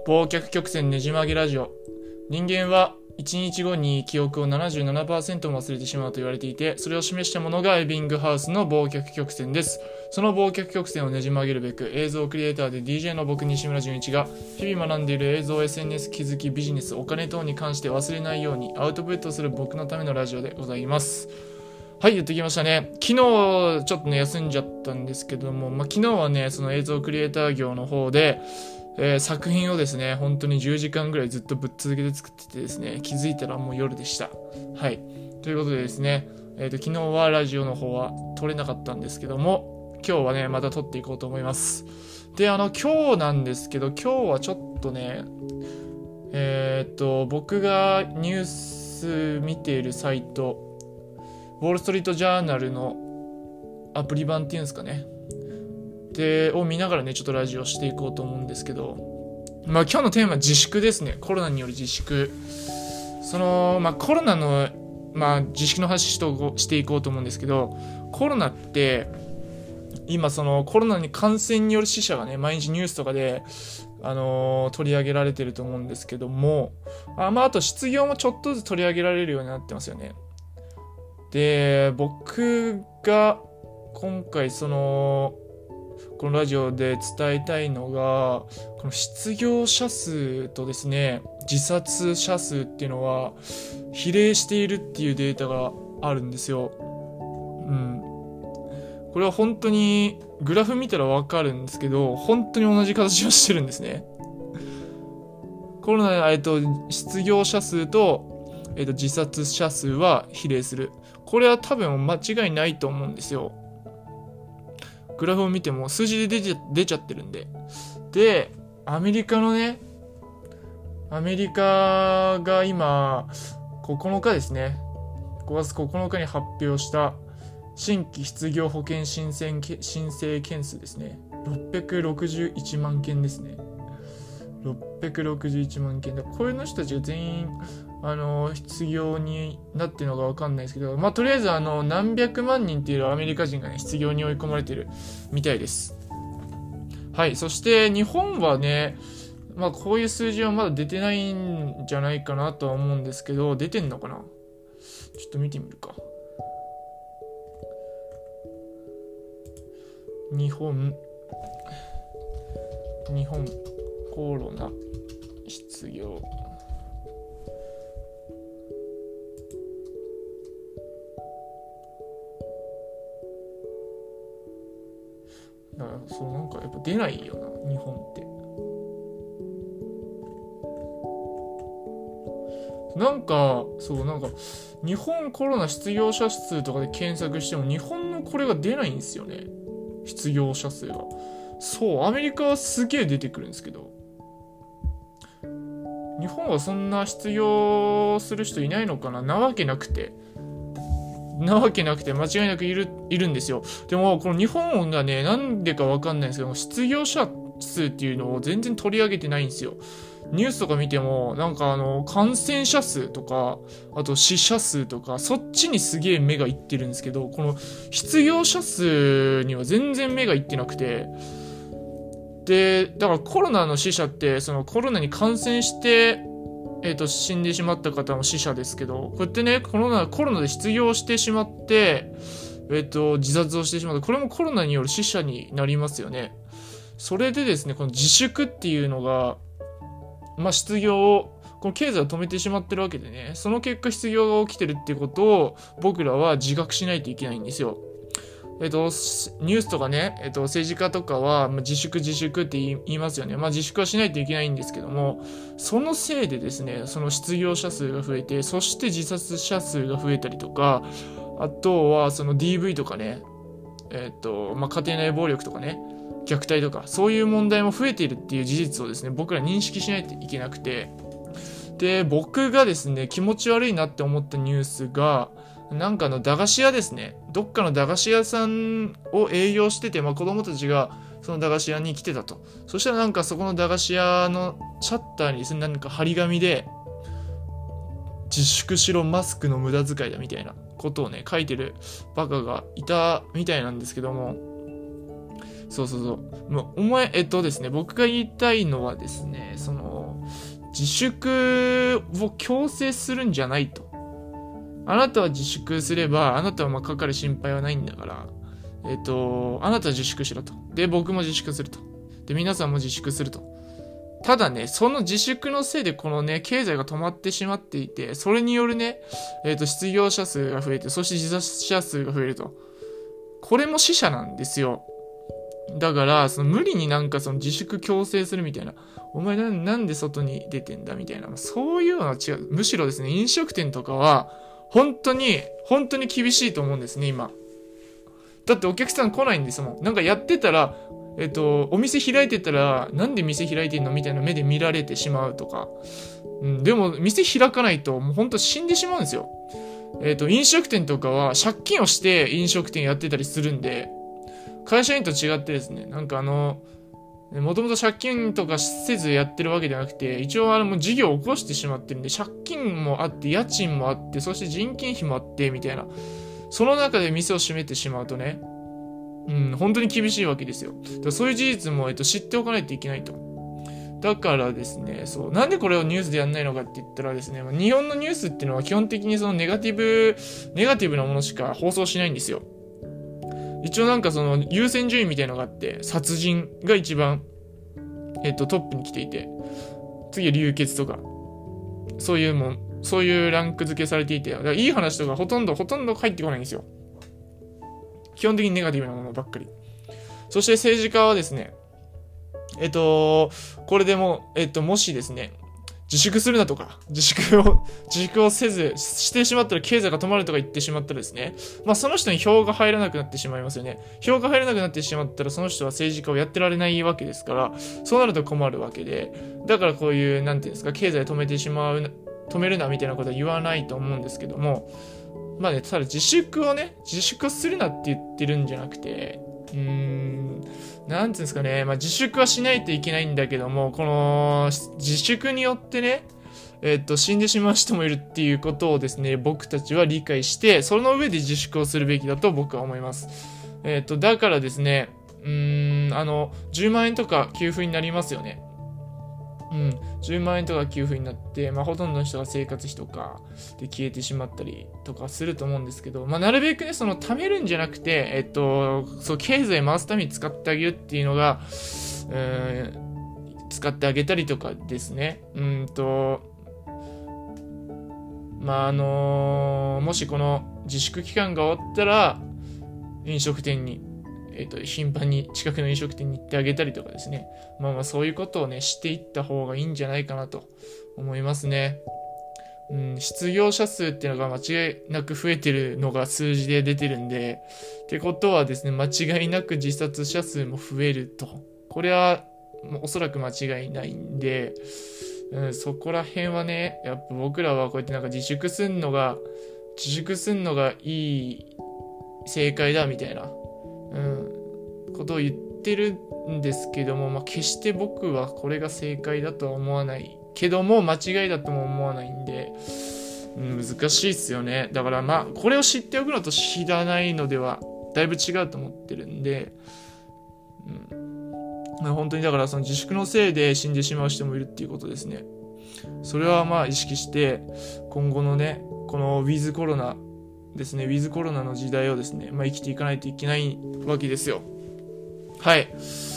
忘却曲線ねじ曲げラジオ。人間は1日後に記憶を 77% も忘れてしまうと言われていて、それを示したものがエビングハウスの忘却曲線です。その忘却曲線をねじ曲げるべく、映像クリエイターで DJ の僕西村淳一が日々学んでいる映像、 SNS、気づき、ビジネス、お金等に関して忘れないようにアウトプットする僕のためのラジオでございます。はい、やってきましたね。昨日ちょっとね休んじゃったんですけども、昨日はねその映像クリエイター業の方で作品をですね本当に10時間ぐらいずっとぶっ続けて作っててですね、気づいたらもう夜でした。はい、ということでですね、昨日はラジオの方は撮れなかったんですけども、今日はねまた撮っていこうと思います。で今日なんですけど、今日はちょっとね僕がニュース見ているサイト、ウォールストリートジャーナルのアプリ版っていうんですかねを見ながらねちょっとラジオしていこうと思うんですけど、今日のテーマは自粛ですね。コロナによる自粛。コロナの自粛の話していこうと思うんですけど、コロナって今そのコロナに感染による死者がね毎日ニュースとかで取り上げられてると思うんですけども、あと失業もちょっとずつ取り上げられるようになってますよね。で僕が今回このラジオで伝えたいのが、この失業者数とですね自殺者数っていうのは比例しているっていうデータがあるんですよ。これは本当にグラフ見たらわかるんですけど、本当に同じ形をしてるんですね。コロナ失業者数と自殺者数は比例する。これは多分間違いないと思うんですよ。グラフを見ても数字で出ちゃってるんで。で、アメリカが今9日ですね、5月9日に発表した新規失業保険申請件数ですね、661万件ですね。661万件で、こういうの人たちが全員失業になってるのが分かんないですけど、とりあえず何百万人っていうアメリカ人がね失業に追い込まれてるみたいです。はい。そして日本はねこういう数字はまだ出てないんじゃないかなとは思うんですけど、出てんのかな、ちょっと見てみるか。日本コロナ失業なんかやっぱ出ないよな日本って。なんか日本コロナ失業者数とかで検索しても日本のこれが出ないんですよね、失業者数が。アメリカはすげえ出てくるんですけど、日本はそんな失業する人いないのかな。なわけなくて間違いなくいるんですよ。でもこの日本がねなんでかわかんないんですけど、失業者数っていうのを全然取り上げてないんですよ。ニュースとか見ても感染者数とかあと死者数とかそっちにすげえ目がいってるんですけど、この失業者数には全然目がいってなくて、でだからコロナの死者ってコロナに感染して死んでしまった方の死者ですけど、こうやってねコロナで失業してしまって自殺をしてしまった、これもコロナによる死者になりますよね。それでですね、この自粛っていうのが失業をこの経済を止めてしまってるわけでね、その結果失業が起きてるってことを僕らは自覚しないといけないんですよ。ニュースとかね、政治家とかは自粛って言いますよね。自粛はしないといけないんですけども、そのせいでですねその失業者数が増えて、そして自殺者数が増えたりとか、あとはDV とかね、家庭内暴力とかね、虐待とかそういう問題も増えているっていう事実をですね僕ら認識しないといけなくて、で僕がですね気持ち悪いなって思ったニュースが駄菓子屋ですね。どっかの駄菓子屋さんを営業してて、子供たちがその駄菓子屋に来てたと。そしたらそこの駄菓子屋のシャッターにですね張り紙で自粛しろマスクの無駄遣いだみたいなことをね書いてるバカがいたみたいなんですけども、ですね、僕が言いたいのはですね、 自粛を強制するんじゃないと。あなたは自粛すれば、あなたはかかる心配はないんだから、あなたは自粛しろと。で、僕も自粛すると。で、皆さんも自粛すると。ただね、その自粛のせいでこのね、経済が止まってしまっていて、それによるね、失業者数が増えて、そして自殺者数が増えると。これも死者なんですよ。だから、無理にその自粛強制するみたいな。お前なんで外に出てんだみたいな。そういうのは違う。むしろですね、飲食店とかは、本当に厳しいと思うんですね、今。だってお客さん来ないんですもん。やってたら、お店開いてたら、なんで店開いてんのみたいな目で見られてしまうとか。でも、店開かないと、もう本当死んでしまうんですよ。飲食店とかは、借金をして飲食店やってたりするんで、会社員と違ってですね、もともと借金とかせずやってるわけじゃなくて、一応もう事業を起こしてしまってるんで、借金もあって、家賃もあって、そして人件費もあって、みたいな。その中で店を閉めてしまうとね、本当に厳しいわけですよ。だからそういう事実も、知っておかないといけないと。だからですね、なんでこれをニュースでやんないのかって言ったらですね、日本のニュースっていうのは基本的にそのネガティブなものしか放送しないんですよ。一応その優先順位みたいなのがあって、殺人が一番、トップに来ていて、次は流血とか、そういうランク付けされていて、だからいい話とかほとんど入ってこないんですよ。基本的にネガティブなものばっかり。そして政治家はですね、これでも、もしですね、自粛するなとか、自粛をせずしてしまったら経済が止まるとか言ってしまったらですね、その人に票が入らなくなってしまいますよね。票が入らなくなってしまったら、その人は政治家をやってられないわけですから、そうなると困るわけで、だからこういう、なんていうんですか、経済止めるなみたいなことは言わないと思うんですけども、ただ自粛するなって言ってるんじゃなくて、なんていうんですかね、自粛はしないといけないんだけども、この自粛によってね、死んでしまう人もいるっていうことをですね、僕たちは理解して、その上で自粛をするべきだと僕は思います。だからですね、10万円とか給付になりますよね。10万円とか給付になって、ほとんどの人が生活費とかで消えてしまったりとかすると思うんですけど、なるべくね、貯めるんじゃなくて、経済回すために使ってあげるっていうのが、使ってあげたりとかですね。もしこの自粛期間が終わったら、飲食店に、頻繁に近くの飲食店に行ってあげたりとかですね。そういうことをね、していった方がいいんじゃないかなと思いますね。失業者数っていうのが間違いなく増えてるのが数字で出てるんで、ってことはですね、間違いなく自殺者数も増えると。これはもうおそらく間違いないんで、そこら辺はね、やっぱ僕らはこうやって自粛すんのがいい正解だみたいな、ことを言ってるんですけども、決して僕はこれが正解だとは思わないけども、間違いだとも思わないんで、難しいっすよね。だからこれを知っておくのと知らないのではだいぶ違うと思ってるんで、本当にだからその自粛のせいで死んでしまう人もいるっていうことですね。それは意識して今後のね、このウィズコロナですね、ウィズコロナの時代をですね、生きていかないといけないわけですよ。はい。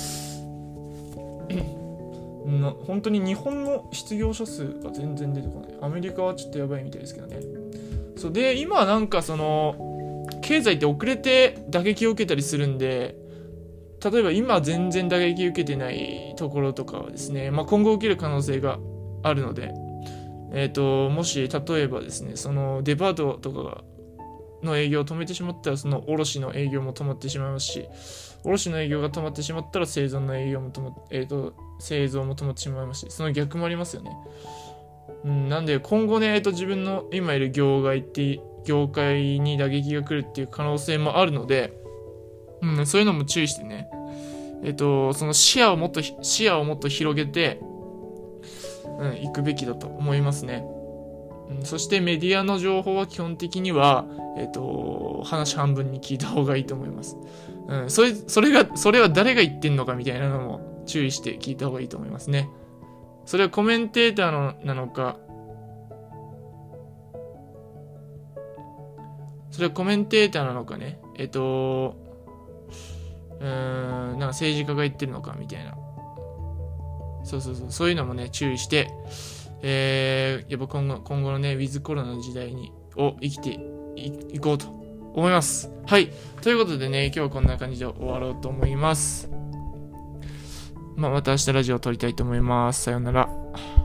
本当に日本の失業者数が全然出てこない。アメリカはちょっとやばいみたいですけどね。で、今経済って遅れて打撃を受けたりするんで、例えば今全然打撃受けてないところとかはですね、今後受ける可能性があるので、もし例えばですね、そのデパートとかの営業を止めてしまったら、その卸の営業も止まってしまいますし、卸の営業が止まってしまったら製造の営業も製造も止まってしまいますし、その逆もありますよね。なんで今後ね、自分の今いる業界に打撃が来るっていう可能性もあるので、そういうのも注意してね、その視野をもっと広げて、行くべきだと思いますね。そしてメディアの情報は基本的には、話半分に聞いた方がいいと思います。それは誰が言ってんのかみたいなのも注意して聞いた方がいいと思いますね。 それはコメンテーターなのか、それはコメンテーターなのかね。なんか政治家が言ってるのかみたいな。そういうのもね、注意して、やっぱ今後のね、ウィズコロナの時代を生きていこうと思います。はい。ということでね、今日はこんな感じで終わろうと思います。また明日ラジオを撮りたいと思います。さようなら。